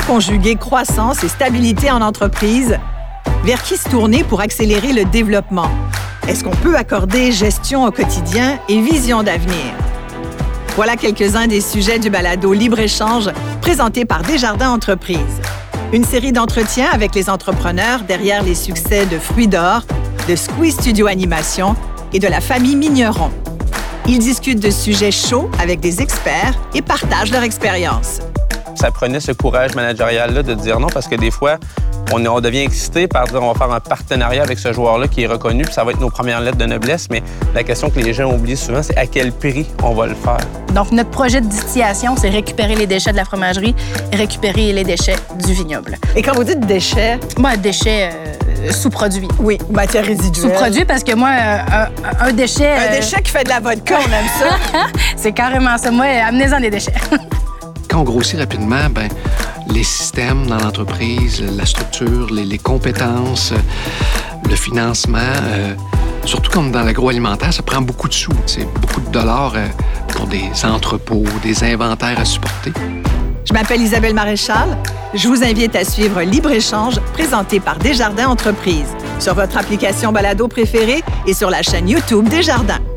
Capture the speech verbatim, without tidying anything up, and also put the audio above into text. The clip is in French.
conjuguer croissance et stabilité en entreprise? Vers qui se tourner pour accélérer le développement? Est-ce qu'on peut accorder gestion au quotidien et vision d'avenir? Voilà quelques-uns des sujets du balado Libre-Échange présenté par Desjardins Entreprises. Une série d'entretiens avec les entrepreneurs derrière les succès de Fruits d'Or, de Squeeze Studio Animation et de la famille Migneron. Ils discutent de sujets chauds avec des experts et partagent leur expérience. Ça prenait ce courage managérial-là de dire non parce que des fois, on, on devient excité par dire on va faire un partenariat avec ce joueur-là qui est reconnu puis ça va être nos premières lettres de noblesse. Mais la question que les gens oublient souvent, c'est à quel prix on va le faire. Donc, notre projet de distillation, c'est récupérer les déchets de la fromagerie et récupérer les déchets du vignoble. Et quand vous dites déchets? Moi, déchets euh, sous-produits. Oui, matière résiduelle. Sous-produits parce que moi, euh, un, un déchet... Un euh... déchet qui fait de la vodka, on aime ça. C'est carrément ça. Moi, amenez-en des déchets. Quand on grossit rapidement, ben, les systèmes dans l'entreprise, la structure, les, les compétences, le financement, euh, surtout comme dans l'agroalimentaire, ça prend beaucoup de sous. C'est beaucoup de dollars euh, pour des entrepôts, des inventaires à supporter. Je m'appelle Isabelle Maréchal. Je vous invite à suivre Libre-Échange présenté par Desjardins Entreprises sur votre application balado préférée et sur la chaîne YouTube Desjardins.